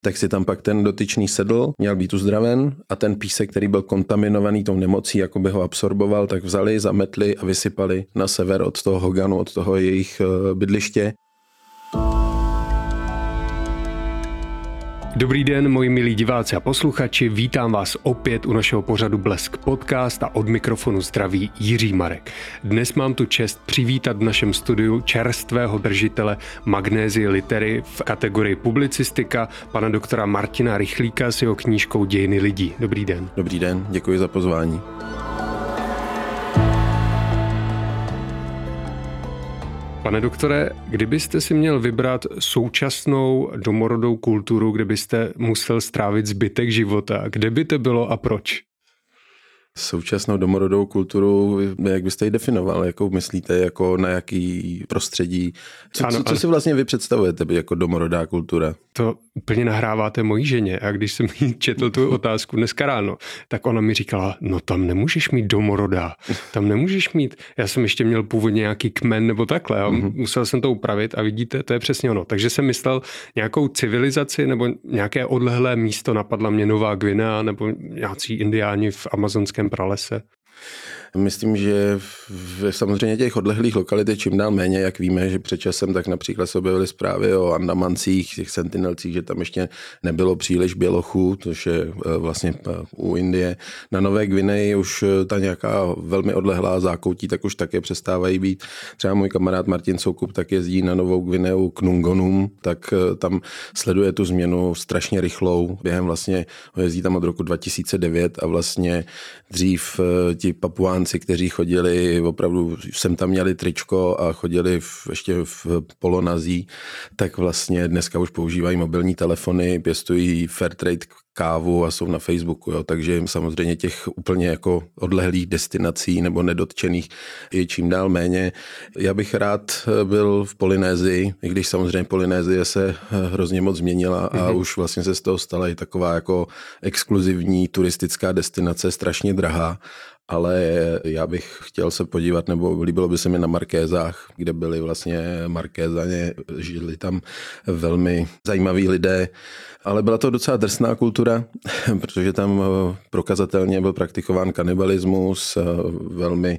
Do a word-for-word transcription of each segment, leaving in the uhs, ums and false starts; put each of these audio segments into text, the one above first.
tak si tam pak ten dotyčný sedl, měl být uzdraven a ten písek, který byl kontaminovaný tou nemocí, jako by ho absorboval, tak vzali, zametli a vysypali na sever od toho Hoganu, od toho jejich bydliště. Dobrý den, moji milí diváci a posluchači, vítám vás opět u našeho pořadu Blesk Podcast a od mikrofonu zdraví Jiří Marek. Dnes mám tu čest přivítat v našem studiu čerstvého držitele Magnézie litery v kategorii publicistika, pana doktora Martina Rychlíka s jeho knížkou Dějiny lidí. Dobrý den. Dobrý den, děkuji za pozvání. Pane doktore, kdybyste si měl vybrat současnou domorodou kulturu, kde byste musel strávit zbytek života, kde by to bylo a proč? Současnou domorodou kulturu, jak byste ji definoval? Jakou myslíte, jako na jaký prostředí? Co, ano, co, co si vlastně vy představujete jako domorodá kultura? To úplně nahráváte mojí ženě a když jsem jí četl tu otázku dneska ráno, tak ona mi říkala, no tam nemůžeš mít domorodá, tam nemůžeš mít, já jsem ještě měl původně nějaký kmen nebo takhle a mm-hmm. musel jsem to upravit a vidíte, to je přesně ono. Takže jsem myslel nějakou civilizaci nebo nějaké odlehlé místo, napadla mě Nová Guinea nebo nějací indiáni v amazonském pralese. Myslím, že v, samozřejmě těch odlehlých lokalit je čím dál méně, jak víme, že před časem tak například se objevily zprávy o Andamancích, těch sentinelcích, že tam ještě nebylo příliš bělochů, což je vlastně u Indie. Na Nové Gvineji už ta nějaká velmi odlehlá zákoutí, tak už také přestávají být. Třeba můj kamarád Martin Soukup tak jezdí na Novou Gvineu k Nungonum, tak tam sleduje tu změnu strašně rychlou. Během vlastně jezdí tam od roku dva tisíce devět a vlastně dřív ti Papuáni, kteří chodili, opravdu jsem tam měli tričko a chodili v, ještě v polonazí, tak vlastně dneska už používají mobilní telefony, pěstují Fairtrade kávu a jsou na Facebooku, jo. Takže samozřejmě těch úplně jako odlehlých destinací nebo nedotčených je čím dál méně. Já bych rád byl v Polynésii, i když samozřejmě Polynézie se hrozně moc změnila a mm-hmm. už vlastně se z toho stala i taková jako exkluzivní turistická destinace, strašně drahá. Ale já bych chtěl se podívat, nebo líbilo by se mi na Markézách, kde byli vlastně Markézaně, žili tam velmi zajímaví lidé, ale byla to docela drsná kultura, protože tam prokazatelně byl praktikován kanibalismus, velmi,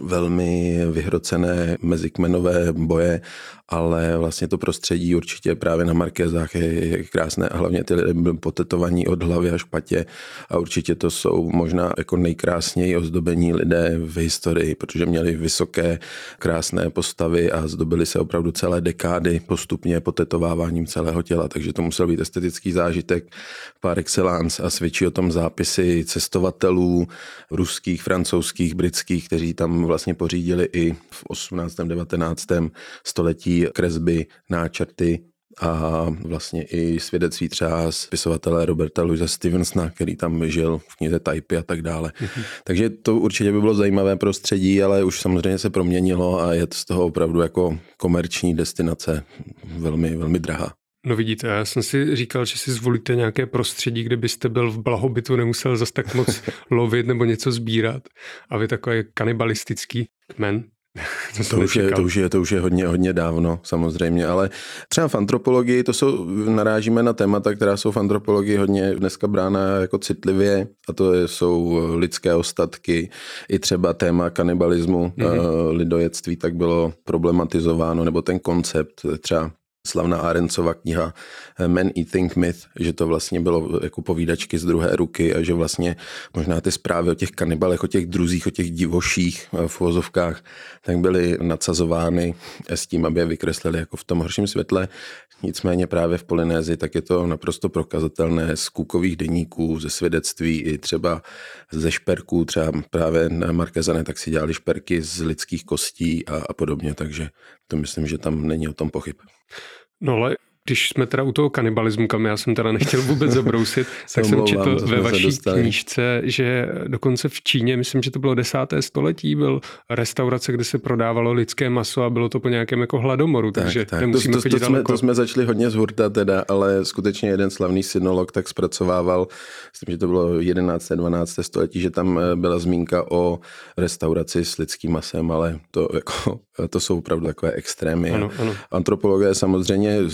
velmi vyhrocené mezikmenové boje, ale vlastně to prostředí určitě právě na Markézách je, je krásné a hlavně ty lidé byli potetovaní od hlavy až patě a určitě to jsou možná jako nejkrásněji ozdobení lidé v historii, protože měli vysoké, krásné postavy a zdobili se opravdu celé dekády postupně potetováváním celého těla, takže to musel být estetický zážitek par excellence a svědčí o tom zápisy cestovatelů ruských, francouzských, britských, kteří tam vlastně pořídili i v osmnáctém devatenáctém století kresby, náčrty a vlastně i svědectví třeba spisovatele Roberta Louise Stevensona, který tam žil v knize Typy a tak dále. Mm-hmm. Takže to určitě by bylo zajímavé prostředí, ale už samozřejmě se proměnilo a je to z toho opravdu jako komerční destinace velmi, velmi drahá. No vidíte, já jsem si říkal, že si zvolíte nějaké prostředí, kde byste byl v blahobytu, nemusel zas tak moc lovit nebo něco sbírat a vy takový kanibalistický kmen. To, to, už je, to, už je, to už je hodně, hodně dávno samozřejmě, ale třeba v antropologii to jsou, narážíme na témata, která jsou v antropologii hodně dneska brána jako citlivě a to jsou lidské ostatky, i třeba téma kanibalismu, mm-hmm. lidojectví tak bylo problematizováno, nebo ten koncept třeba slavná Arendsova kniha Man Eating Myth, že to vlastně bylo jako povídačky z druhé ruky a že vlastně možná ty zprávy o těch kanibalech, o těch druzích, o těch divoších v uvozovkách, tak byly nadsazovány s tím, aby je vykreslili jako v tom horším světle. Nicméně právě v Polynésii tak je to naprosto prokazatelné z kůkových deníků, ze svědectví i třeba ze šperků, třeba právě na Markézané tak si dělali šperky z lidských kostí a, a podobně, takže to myslím, že tam není o tom pochyb. No ale když jsme teda u toho kanibalismu, kam já jsem teda nechtěl vůbec zabrousit, tak jsem četl ve vaší knížce, že dokonce v Číně, myslím, že to bylo desátém století, byl restaurace, kde se prodávalo lidské maso a bylo to po nějakém jako hladomoru, tak, takže tak. nemusíme to, to, chodit to, jsme, daleko. To jsme začali hodně z hurta teda, ale skutečně jeden slavný synolog tak zpracovával, myslím, že to bylo jedenácté dvanácté století, že tam byla zmínka o restauraci s lidským masem, ale to, jako, to jsou opravdu takové extrémy. Ano, ano. Antropologové samozřejmě zkoumají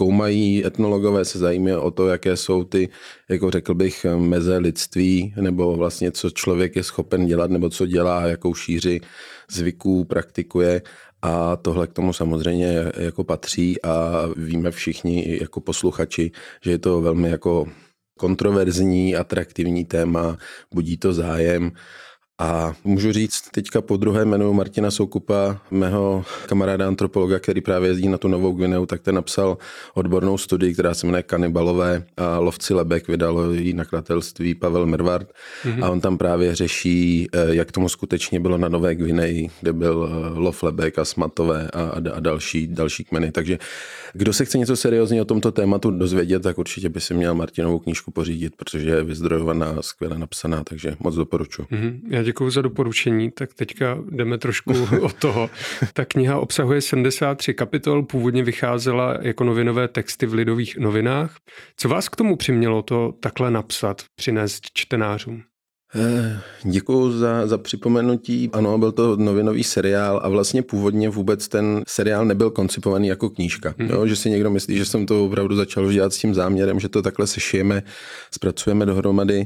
zkoumají, etnologové se zajímají o to, jaké jsou ty, jako řekl bych, meze lidství, nebo vlastně co člověk je schopen dělat, nebo co dělá, jakou šíři zvyků praktikuje. A tohle k tomu samozřejmě jako patří a víme všichni jako posluchači, že je to velmi jako kontroverzní, atraktivní téma, budí to zájem. A můžu říct teďka po druhé jménu Martina Soukupa, mého kamaráda antropologa, který právě jezdí na tu Novou Gvineu, tak ten napsal odbornou studii, která se jmenuje Kanibalové a lovci lebek, vydalo ji nakladatelství Pavel Mervart. Mm-hmm. A on tam právě řeší, jak tomu skutečně bylo na Nové Gvineji, kde byl lov lebek a smatové a, a další, další kmeny. Takže kdo se chce něco seriózně o tomto tématu dozvědět, tak určitě by si měl Martinovou knížku pořídit, protože je vyzdrojovaná, skvěle napsaná, takže moc doporučuji. Mm-hmm. Já děkuji za doporučení, tak teďka jdeme trošku od toho. Ta kniha obsahuje sedmdesát tři kapitol, původně vycházela jako novinové texty v Lidových novinách. Co vás k tomu přimělo to takhle napsat, přinést čtenářům? Děkuju za, za připomenutí. Ano, byl to novinový seriál a vlastně původně vůbec ten seriál nebyl koncipovaný jako knížka. Hmm. Jo, že si někdo myslí, že jsem to opravdu začal dělat s tím záměrem, že to takhle sešijeme, zpracujeme dohromady.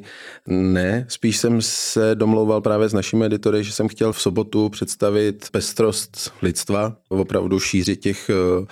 Ne, spíš jsem se domlouval právě s našimi editory, že jsem chtěl v sobotu představit pestrost lidstva, opravdu šířit těch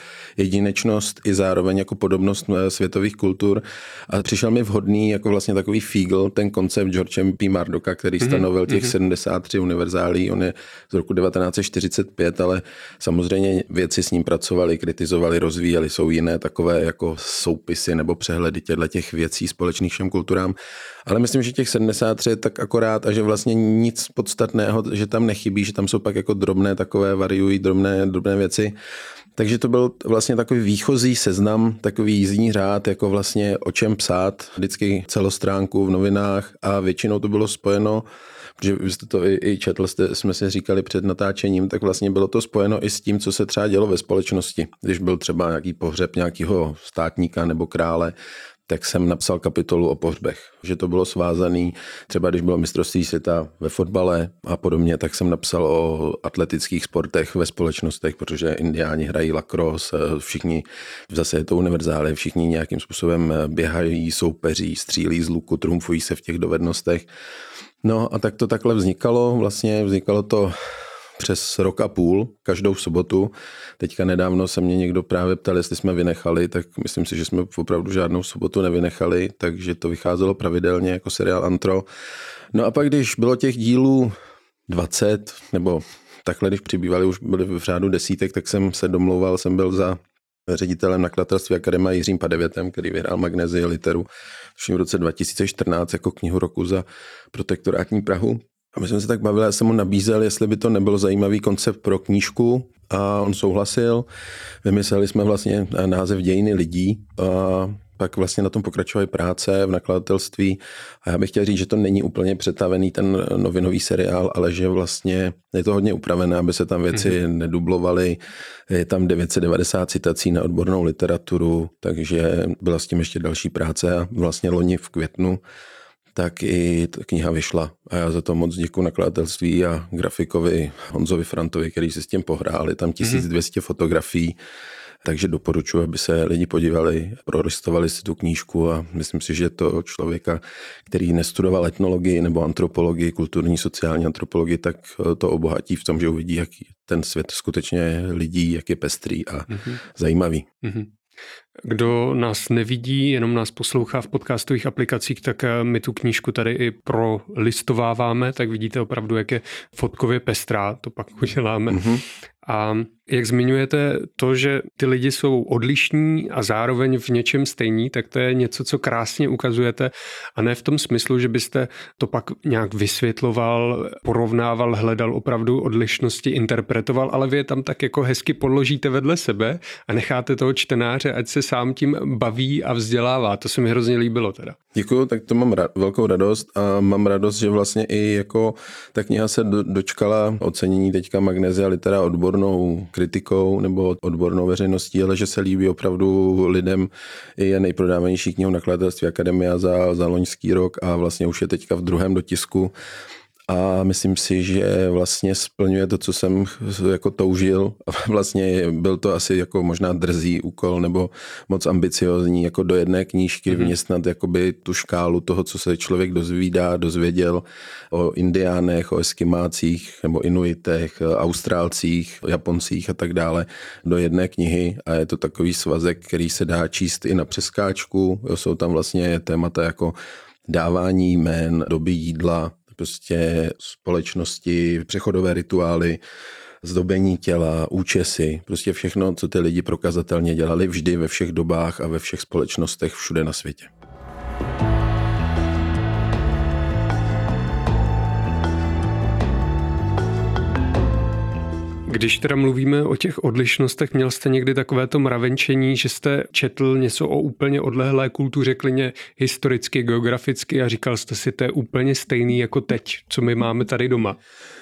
jedinečnost i zároveň jako podobnost světových kultur. A přišel mi vhodný jako vlastně takový fígl, ten koncept George M P Murdocha, který stanovil těch sedmdesát tři univerzálí. On je z roku devatenáct set čtyřicet pět, ale samozřejmě věci s ním pracovali, kritizovali, rozvíjeli. Jsou jiné takové jako soupisy nebo přehledy těchto těch věcí společných všem kulturám. Ale myslím, že těch sedmdesát tři je tak akorát a že vlastně nic podstatného, že tam nechybí, že tam jsou pak jako drobné takové variují, drobné, drobné věci. Takže to byl vlastně takový výchozí seznam, takový jízdní řád, jako vlastně o čem psát, vždycky celostránku v novinách a většinou to bylo spojeno, protože vy jste to i, i četl, jste, jsme si říkali před natáčením, tak vlastně bylo to spojeno i s tím, co se třeba dělo ve společnosti. Když byl třeba nějaký pohřeb nějakého státníka nebo krále, tak jsem napsal kapitolu o pohřbech, že to bylo svázaný, třeba když bylo mistrovství světa ve fotbale a podobně, tak jsem napsal o atletických sportech ve společnostech, protože indiáni hrají lacrosse, všichni, zase je to univerzále, všichni nějakým způsobem běhají, soupeří, střílí z luku, trumfují se v těch dovednostech. No a tak to takhle vznikalo, vlastně vznikalo to přes rok a půl, každou sobotu. Teďka nedávno se mě někdo právě ptal, jestli jsme vynechali, tak myslím si, že jsme opravdu žádnou sobotu nevynechali, takže to vycházelo pravidelně jako seriál Antro. No a pak, když bylo těch dílů dvacet, nebo takhle, když přibývali, už byly v řádu desítek, tak jsem se domlouval, jsem byl za ředitelem nakladatelství Akademia Jiřím Padevětem, který vyhrál Magnézii literu v roce dva tisíce čtrnáct jako knihu roku za protektorátní Prahu. A my jsme se tak bavili, já jsem mu nabízel, jestli by to nebyl zajímavý koncept pro knížku a on souhlasil. Vymysleli jsme vlastně název Dějiny lidí a pak vlastně na tom pokračovaly práce v nakladatelství a já bych chtěl říct, že to není úplně přetavený ten novinový seriál, ale že vlastně je to hodně upravené, aby se tam věci mm-hmm. nedublovaly. Je tam devět set devadesát citací na odbornou literaturu, takže byla s tím ještě další práce a vlastně loni v květnu tak i ta kniha vyšla. A já za to moc děkuji nakladatelství a grafikovi Honzovi Frantovi, který si s tím pohráli. Tam tisíc dvě stě mm-hmm. fotografií, takže doporučuji, aby se lidi podívali, prolistovali si tu knížku a myslím si, že to člověka, který nestudoval etnologii nebo antropologii, kulturní, sociální antropologii, tak to obohatí v tom, že uvidí, jak ten svět skutečně lidí, jak je pestrý a mm-hmm. zajímavý. Mm-hmm. Kdo nás nevidí, jenom nás poslouchá v podcastových aplikacích, tak my tu knížku tady i prolistováváme, tak vidíte opravdu, jak je fotkově pestrá, to pak uděláme. Mm-hmm. A jak zmiňujete to, že ty lidi jsou odlišní a zároveň v něčem stejní, tak to je něco, co krásně ukazujete a ne v tom smyslu, že byste to pak nějak vysvětloval, porovnával, hledal opravdu odlišnosti, interpretoval, ale vy je tam tak jako hezky podložíte vedle sebe a necháte toho čtenáře, ať se sám tím baví a vzdělává. To se mi hrozně líbilo teda. Děkuju, tak to mám ra- velkou radost a mám radost, že vlastně i jako ta kniha se do- dočkala ocenění teďka Magnézia litera odbornou kritikou nebo odbornou veřejností, ale že se líbí opravdu lidem, je nejprodávanější knihou nakladatelství Akademia za, za loňský rok a vlastně už je teďka v druhém dotisku. a myslím si, že vlastně splňuje to, co jsem jako toužil. Vlastně byl to asi jako možná drzý úkol nebo moc ambiciozní, jako do jedné knížky mm-hmm. vměstnat jakoby tu škálu toho, co se člověk dozvídá, dozvěděl o Indiánech, o Eskimácích nebo Inuitech, Austrálcích, Japoncích a tak dále do jedné knihy a je to takový svazek, který se dá číst i na přeskáčku. Jo, jsou tam vlastně témata jako dávání jmén, doby jídla, prostě společnosti, přechodové rituály, zdobení těla, účesy, prostě všechno, co ty lidi prokazatelně dělali vždy ve všech dobách a ve všech společnostech všude na světě. Když teda mluvíme o těch odlišnostech, měl jste někdy takovéto mravenčení, že jste četl něco o úplně odlehlé kultuře, klidně historicky, geograficky a říkal jste si, to je úplně stejný jako teď, co my máme tady doma?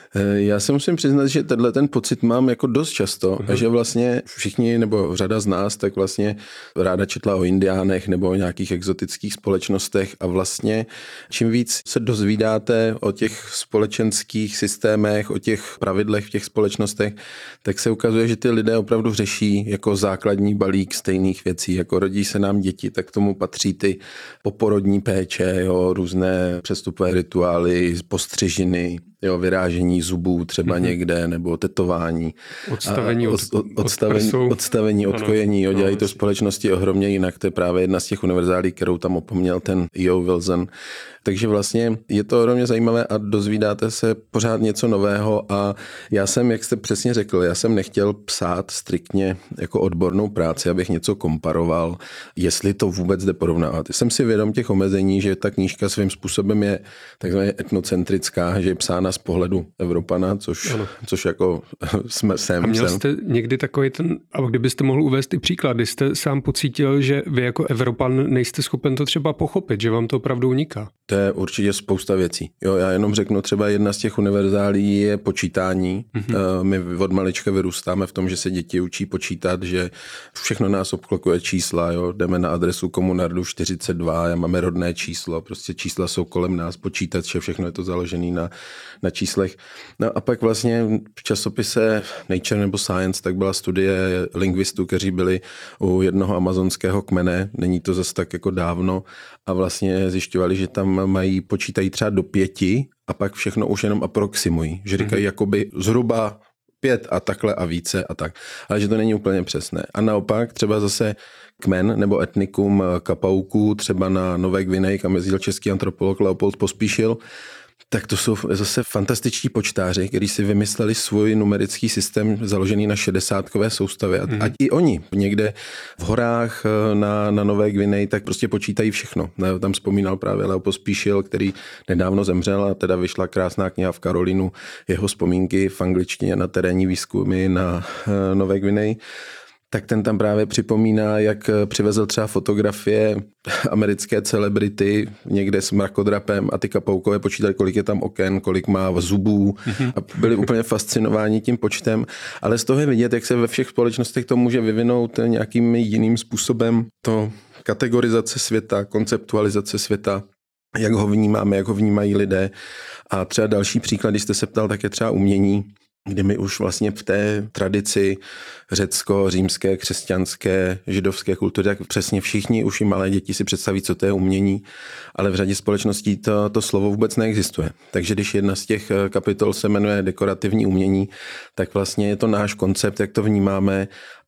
Já se musím přiznat, že tenhle ten pocit mám jako dost často uh-huh. a že vlastně všichni nebo řada z nás tak vlastně ráda četla o Indiánech nebo o nějakých exotických společnostech a vlastně čím víc se dozvídáte o těch společenských systémech, o těch pravidlech v těch společnostech, tak se ukazuje, že ty lidé opravdu řeší jako základní balík stejných věcí, jako rodí se nám děti, tak k tomu patří ty poporodní péče, jo, různé přestupové rituály, postřižiny, jo, vyrážení zubů třeba mm-hmm. někde, nebo tetování. Odstavení od, od, odstavení, od odstavení, odkojení, jo, dělají to společnosti ohromně jinak. To je právě jedna z těch univerzálí, kterou tam opomněl ten E O Wilson. Takže vlastně je to ohromně zajímavé a dozvídáte se pořád něco nového a já jsem, jak jste přesně řekl, já jsem nechtěl psát striktně jako odbornou práci, abych něco komparoval, jestli to vůbec jde porovnávat. Jsem si vědom těch omezení, že ta knížka svým způsobem je takzvaně etnocentrická, že je psána z pohledu Evropana, což, což jako jsme sem. A měl sem. jste někdy takový ten, a kdybyste mohl uvést i příklad, kdy jste sám pocítil, že vy jako Evropan nejste schopen to třeba pochopit, že vám to opravdu uniká? To je určitě spousta věcí. Jo, já jenom řeknu, třeba jedna z těch univerzálí je počítání. Mm-hmm. My od malička vyrůstáme v tom, že se děti učí počítat, že všechno nás obklokuje čísla. Jo. Jdeme na adresu Komunardu čtyřicet dva, máme rodné číslo, prostě čísla jsou kolem nás, počítače, všechno je to založené na, na číslech. No a pak vlastně v časopise Nature nebo Science tak byla studie lingvistů, kteří byli u jednoho amazonského kmene, není to zase tak jako dávno, a vlastně zjišťovali, že tam mají, počítají třeba do pěti a pak všechno už jenom aproximují, že říkají mm-hmm. jakoby zhruba pět a takhle a více a tak, ale že to není úplně přesné. A naopak třeba zase kmen nebo etnikum Kapauků, třeba na Nové Gvineji, kam jezdil český antropolog Leopold Pospíšil, tak to jsou zase fantastičtí počtáři, kteří si vymysleli svůj numerický systém založený na šedesátkové soustavě. Mm. Ať i oni někde v horách na, na Nové Gvineji, tak prostě počítají všechno. Tam vzpomínal právě Leo Pospíšil, který nedávno zemřel a teda vyšla krásná kniha v Karolinu, jeho vzpomínky v angličtině na terénní výzkumy na Nové Gvineji. Tak ten tam právě připomíná, jak přivezl třeba fotografie americké celebrity někde s mrakodrapem a ty Kapaukové počítali, kolik je tam oken, kolik má zubů a byli úplně fascinováni tím počtem. Ale z toho je vidět, jak se ve všech společnostech to může vyvinout nějakým jiným způsobem. To kategorizace světa, konceptualizace světa, jak ho vnímáme, jak ho vnímají lidé. A třeba další příklad, když jste se ptal, tak je třeba umění, kdy my už vlastně v té tradici řecko, římské, křesťanské, židovské kultury, tak přesně všichni, už i malé děti si představí, co to je umění, ale v řadě společností to, to slovo vůbec neexistuje. Takže když jedna z těch kapitol se jmenuje dekorativní umění, tak vlastně je to náš koncept, jak to vnímáme,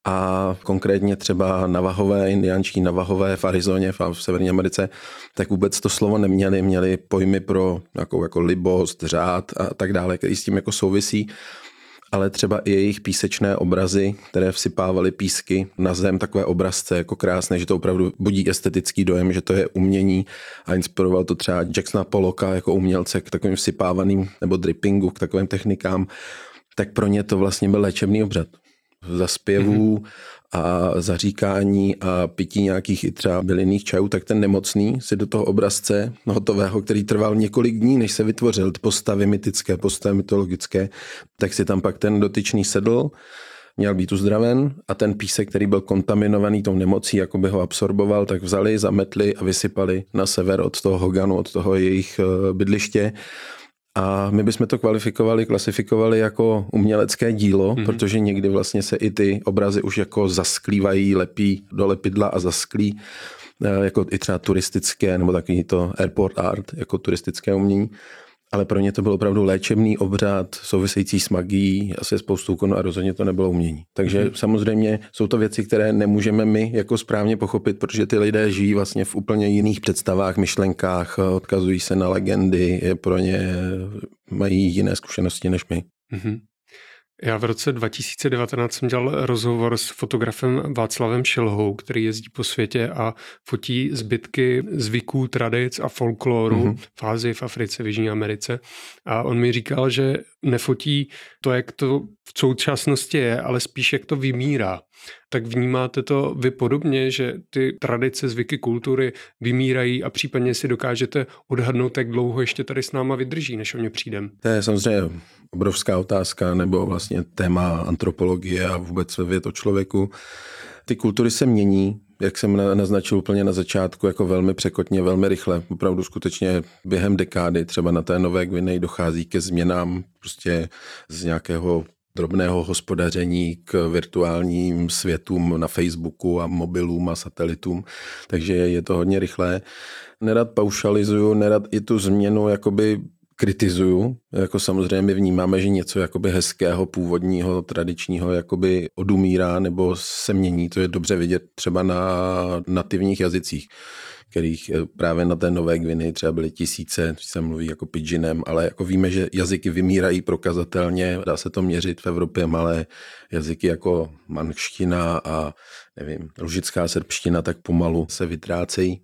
a konkrétně třeba navahové, indiánští navahové v Arizoně, v Severní Americe, tak vůbec to slovo neměli, měli pojmy pro nějakou jako libost, řád a tak dále, který s tím jako souvisí, ale třeba i jejich písečné obrazy, které vsypávaly písky na zem, takové obrazce jako krásné, že to opravdu budí estetický dojem, že to je umění a inspiroval to třeba Jacksona Pollocka jako umělce k takovým vsypávaným nebo drippingu, k takovým technikám, tak pro ně to vlastně byl léčebný obřad. Za zpěvů mm-hmm. a zaříkání a pití nějakých i třeba bylinných čajů, tak ten nemocný si do toho obrazce hotového, který trval několik dní, než se vytvořil postavy mytické, postavy mytologické, tak si tam pak ten dotyčný sedl, měl být uzdraven a ten písek, který byl kontaminovaný tou nemocí, jako by ho absorboval, tak vzali, zametli a vysypali na sever od toho Hoganu, od toho jejich bydliště. A my bychom to kvalifikovali, klasifikovali jako umělecké dílo, mm-hmm. protože někdy vlastně se i ty obrazy už jako zasklívají, lepí do lepidla a zasklí, jako i třeba turistické, nebo takový to airport art, jako turistické umění. Ale pro ně to byl opravdu léčebný obřad, související s magií, asi spoustu úkonů a rozhodně to nebylo umění. Takže mm-hmm. samozřejmě jsou to věci, které nemůžeme my jako správně pochopit, protože ty lidé žijí vlastně v úplně jiných představách, myšlenkách, odkazují se na legendy, je pro ně mají jiné zkušenosti než my. Mm-hmm. Já v roce dva tisíce devatenáct jsem dělal rozhovor s fotografem Václavem Šilhou, který jezdí po světě a fotí zbytky zvyků, tradic a folkloru mm-hmm. v Ázii, v Africe, v Jižní Americe. A on mi říkal, že nefotí to, jak to v současnosti je, ale spíš jak to vymírá. Tak vnímáte to vy podobně, že ty tradice, zvyky, kultury vymírají a případně si dokážete odhadnout, jak dlouho ještě tady s náma vydrží, než o ně přijdem? To je samozřejmě obrovská otázka, nebo vlastně téma antropologie a vůbec věd o člověku. Ty kultury se mění, jak jsem naznačil úplně na začátku, jako velmi překotně, velmi rychle. Opravdu skutečně během dekády, třeba na té Nové Gvineji dochází ke změnám prostě z nějakého drobného hospodaření k virtuálním světům na Facebooku a mobilům a satelitům, takže je to hodně rychlé. Nerad paušalizuju, nerad i tu změnu jakoby kritizuju, jako samozřejmě my vnímáme, že něco jakoby hezkého, původního, tradičního jakoby odumírá nebo se mění, to je dobře vidět třeba na nativních jazycích, kterých právě na té Nové Gvineji třeba byly tisíce, když se mluví jako pidginem, ale jako víme, že jazyky vymírají prokazatelně, dá se to měřit v Evropě, malé jazyky jako manština a nevím, lužická srbština tak pomalu se vytrácejí.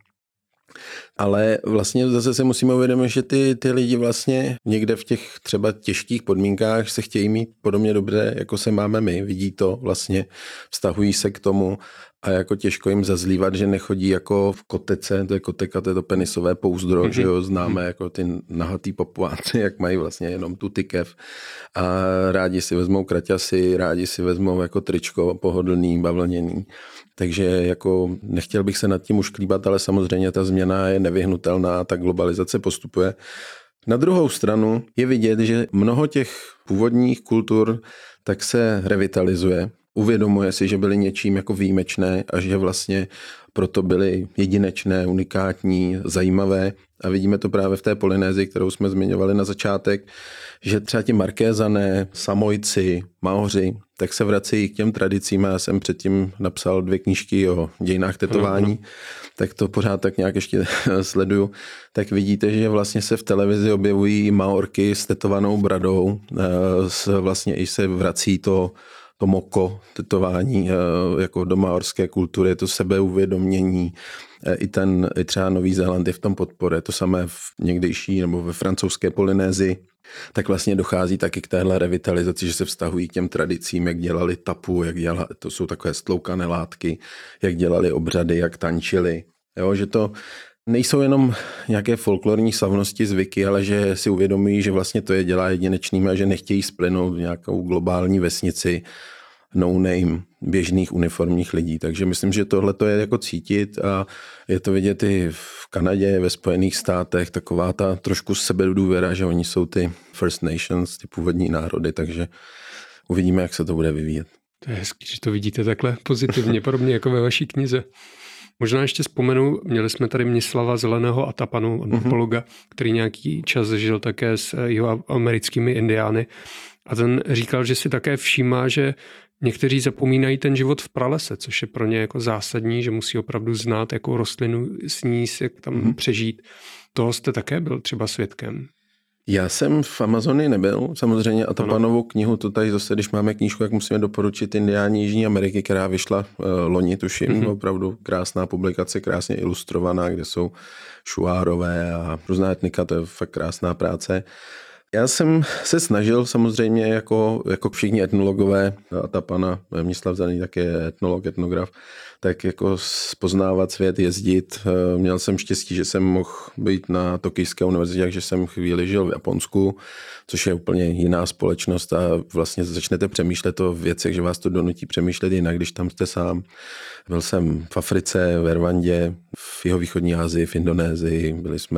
Ale vlastně zase si musíme uvědomit, že ty, ty lidi vlastně někde v těch třeba těžkých podmínkách se chtějí mít podobně dobře, jako se máme my, vidí to vlastně, vztahují se k tomu a jako těžko jim zazlívat, že nechodí jako v kotece, to je koteka, to je to penisové pouzdro, mm-hmm. že jo, známe jako ty nahatý papuáci, jak mají vlastně jenom tu tykev a rádi si vezmou kraťasy, rádi si vezmou jako tričko pohodlný, bavlněný. Takže jako nechtěl bych se nad tím už klíbat, ale samozřejmě ta změna je nevyhnutelná, ta globalizace postupuje. Na druhou stranu je vidět, že mnoho těch původních kultur tak se revitalizuje. Uvědomuje si, že byly něčím jako výjimečné a že vlastně proto byly jedinečné, unikátní, zajímavé. A vidíme to právě v té Polynézii, kterou jsme zmiňovali na začátek, že třeba ti Markézané, Samojci, Maoři, tak se vracejí k těm tradicím. Já jsem předtím napsal dvě knížky o dějinách tetování, no, no. tak to pořád tak nějak ještě sleduju. Tak vidíte, že vlastně se v televizi objevují Maorky s tetovanou bradou. Vlastně i se vrací to to moko, tetování jako do maorské kultury, to sebeuvědomění, i ten i třeba Nový Zéland je v tom podpore, to samé v někdejší nebo ve francouzské Polynézii, tak vlastně dochází taky k téhle revitalizaci, že se vztahují k těm tradicím, jak dělali tapu, jak dělali, to jsou takové stloukané látky, jak dělali obřady, jak tančili, jo, že to nejsou jenom nějaké folklorní slavnosti, zvyky, ale že si uvědomují, že vlastně to je dělá jedinečným a že nechtějí splynout v nějakou globální vesnici no name běžných uniformních lidí. Takže myslím, že tohle to je jako cítit a je to vidět i v Kanadě, ve Spojených státech, taková ta trošku sebedůvěra, že oni jsou ty First Nations, ty původní národy, takže uvidíme, jak se to bude vyvíjet. To je hezký, že to vidíte takhle pozitivně, podobně jako ve vaší knize. Možná ještě vzpomenu, měli jsme tady Mnislava Zeleného Atapanu, antropologa, mm-hmm. který nějaký čas žil také s jeho americkými indiány a ten říkal, že si také všímá, že někteří zapomínají ten život v pralese, což je pro ně jako zásadní, že musí opravdu znát jako rostlinu, sníst, jak tam mm-hmm. přežít. Toho jste také byl třeba svědkem. Já jsem v Amazonii nebyl, samozřejmě Atapanovu knihu, to tady zase, když máme knížku, jak musíme doporučit Indiáni Jižní Ameriky, která vyšla uh, loni, tuším, mm-hmm. opravdu krásná publikace, krásně ilustrovaná, kde jsou šuárové a různá etnika, to je fakt krásná práce. Já jsem se snažil samozřejmě jako, jako všichni etnologové, Atapana, Mnislav Zelený také etnolog, etnograf, tak jako poznávat svět, jezdit. Měl jsem štěstí, že jsem mohl být na Tokijské univerzitě, že jsem chvíli žil v Japonsku, což je úplně jiná společnost a vlastně začnete přemýšlet o věcech, že vás to donutí přemýšlet jinak, když tam jste sám. Byl jsem v Africe, v Rwandě, v jihovýchodní Asii, v Indonésii, byli jsme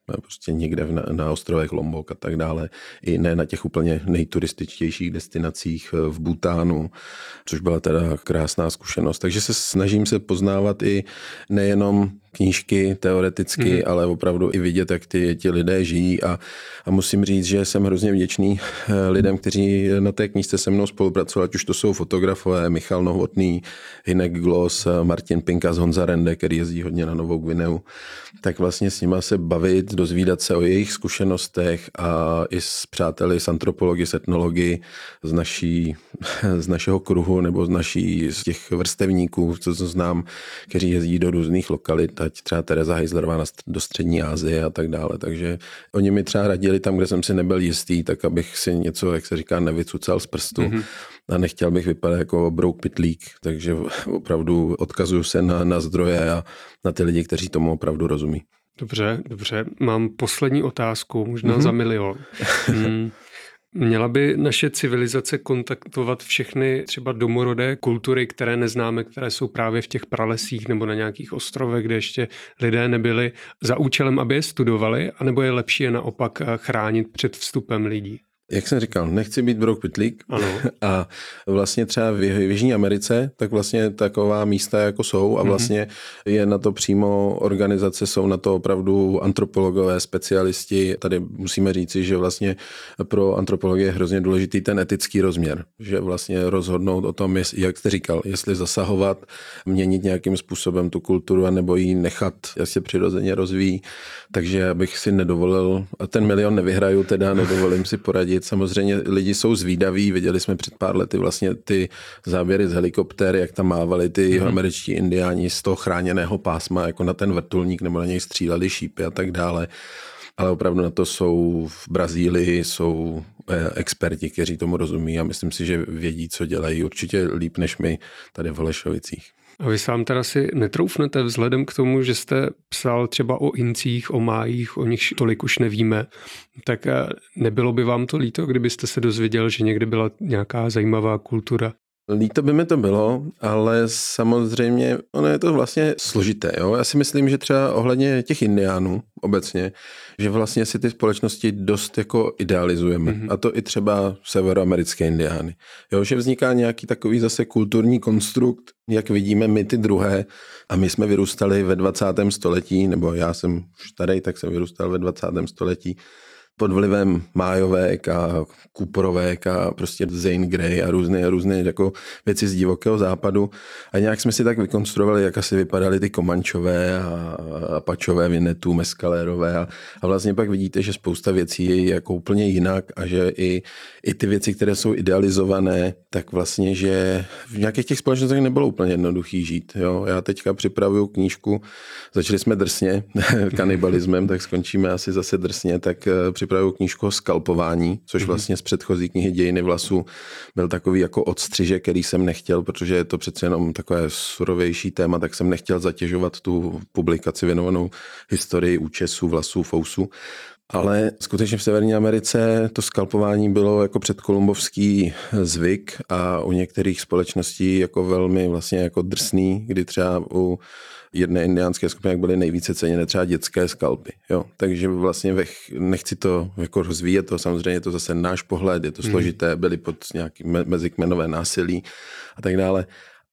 prostě někde na, na ostrovech Lombok a tak dále, i ne na těch úplně nejturističtějších destinacích v Bhutánu, což byla teda krásná zkušenost. Takže se snažím se poznávat i nejenom knížky teoreticky, mm. ale opravdu i vidět, jak ty, ti lidé žijí a, a musím říct, že jsem hrozně vděčný lidem, kteří na té knížce se mnou spolupracují, ať už to jsou fotografové, Michal Novotný, Hinek Gloss, Martin Pinkas, Honza Rende, který jezdí hodně na Novou Gvineu, tak vlastně s nima se bavit, dozvídat se o jejich zkušenostech a i s přáteli z antropologie, z etnologie, z, naší, z našeho kruhu nebo z naší, z těch vrstevníků, co znám, kteří jezdí do různých lokalit, ať třeba Tereza Heislerová do střední Asie a tak dále. Takže oni mi třeba radili tam, kde jsem si nebyl jistý, tak abych si něco, jak se říká, nevycucal z prstu. Mm-hmm. A nechtěl bych vypadat jako brouk pytlík, takže opravdu odkazuju se na, na zdroje a na ty lidi, kteří tomu opravdu rozumí. Dobře, dobře. Mám poslední otázku, možná mm-hmm. za milion. Hmm. Měla by naše civilizace kontaktovat všechny třeba domorodé kultury, které neznáme, které jsou právě v těch pralesích nebo na nějakých ostrovech, kde ještě lidé nebyli, za účelem, aby je studovali, anebo je lepší je naopak chránit před vstupem lidí? Jak jsem říkal, nechci být brouk pytlík. Ano. A vlastně třeba v Jižní Americe, tak vlastně taková místa jako jsou a vlastně je na to přímo organizace, jsou na to opravdu antropologové, specialisti. Tady musíme říci, že vlastně pro antropologii je hrozně důležitý ten etický rozměr, že vlastně rozhodnout o tom, jak jste říkal, jestli zasahovat, měnit nějakým způsobem tu kulturu, anebo ji nechat, jak se přirozeně rozvíjí. Takže abych si nedovolil, a ten milion nevyhraju, teda nedovolím si poradit. Samozřejmě lidi jsou zvídaví, viděli jsme před pár lety vlastně ty záběry z helikoptér, jak tam mávali ty mm. američtí indiáni z toho chráněného pásma, jako na ten vrtulník, nebo na něj stříleli šípy a tak dále. Ale opravdu na to jsou v Brazílii, jsou experti, kteří tomu rozumí a myslím si, že vědí, co dělají určitě líp než my tady v Holešovicích. A vy sám teda si netroufnete vzhledem k tomu, že jste psal třeba o Incích, o Májích, o nich tolik už nevíme, tak nebylo by vám to líto, kdybyste se dozvěděl, že někdy byla nějaká zajímavá kultura? Líto by mi to bylo, ale samozřejmě ono je to vlastně složité. Jo? Já si myslím, že třeba ohledně těch indiánů obecně, že vlastně si ty společnosti dost jako idealizujeme. Mm-hmm. A to i třeba severoamerické indiány. Jo? Že vzniká nějaký takový zase kulturní konstrukt, jak vidíme my ty druhé. A my jsme vyrůstali ve dvacátém století, nebo já jsem už starý, tak jsem vyrůstal ve dvacátém století. Pod vlivem Májovek a Cooperovek a prostě Zane Grey a různé, různé jako věci z divokého západu. A nějak jsme si tak vykonstruovali, jak asi vypadaly ty Komančové a Apačové, Vinetu, Mescalérové. A, a vlastně pak vidíte, že spousta věcí je jako úplně jinak a že i, i ty věci, které jsou idealizované, tak vlastně, že v nějakých těch společnostech nebylo úplně jednoduchý žít. Jo? Já teďka připravuju knížku, začali jsme drsně kanibalismem, tak skončíme asi zase drsně, tak připravuju knížku o skalpování, což vlastně z předchozí knihy Dějiny vlasu byl takový jako odstřižek, který jsem nechtěl, protože je to přece jenom takové surovější téma, tak jsem nechtěl zatěžovat tu publikaci věnovanou historii účesů, vlasů, fousů. Ale skutečně v Severní Americe to skalpování bylo jako předkolumbovský zvyk a u některých společností jako velmi vlastně jako drsný, kdy třeba u jedné indiánské skupiny byly nejvíce ceněné třeba dětské skalpy. Jo. Takže vlastně ve, nechci to jako rozvíjet, to samozřejmě je to zase náš pohled, je to složité, byly pod nějakým mezikmenové násilí a tak dále.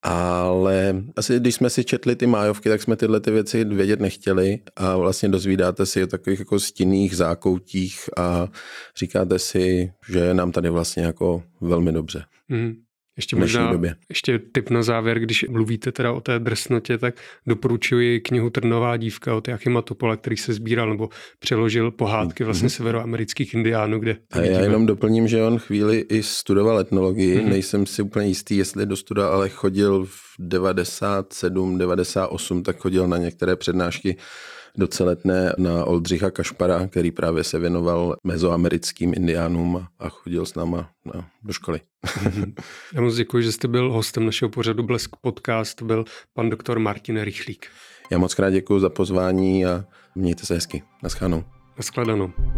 Ale asi když jsme si četli ty májovky, tak jsme tyhle ty věci vědět nechtěli a vlastně dozvídáte si o takových jako stinných zákoutích a říkáte si, že je nám tady vlastně jako velmi dobře. Mm. Ještě možná, době. ještě tip na závěr, když mluvíte teda o té drsnotě, tak doporučuji knihu Trnová dívka od Joachima Topola, který se sbíral nebo přeložil pohádky vlastně mm-hmm. severoamerických indiánů, kde a já jenom doplním, že on chvíli i studoval etnologii, mm-hmm. nejsem si úplně jistý, jestli dostudoval, ale chodil v devadesát sedm, devadesát osm, tak chodil na některé přednášky doceletné na Oldřicha Kašpara, který právě se věnoval mezoamerickým indiánům a chodil s náma na, do školy. Já moc děkuji, že jste byl hostem našeho pořadu Blesk podcast, byl pan doktor Martin Rychlík. Já moc krát děkuji za pozvání a mějte se hezky. Naschledanou. Naschledanou.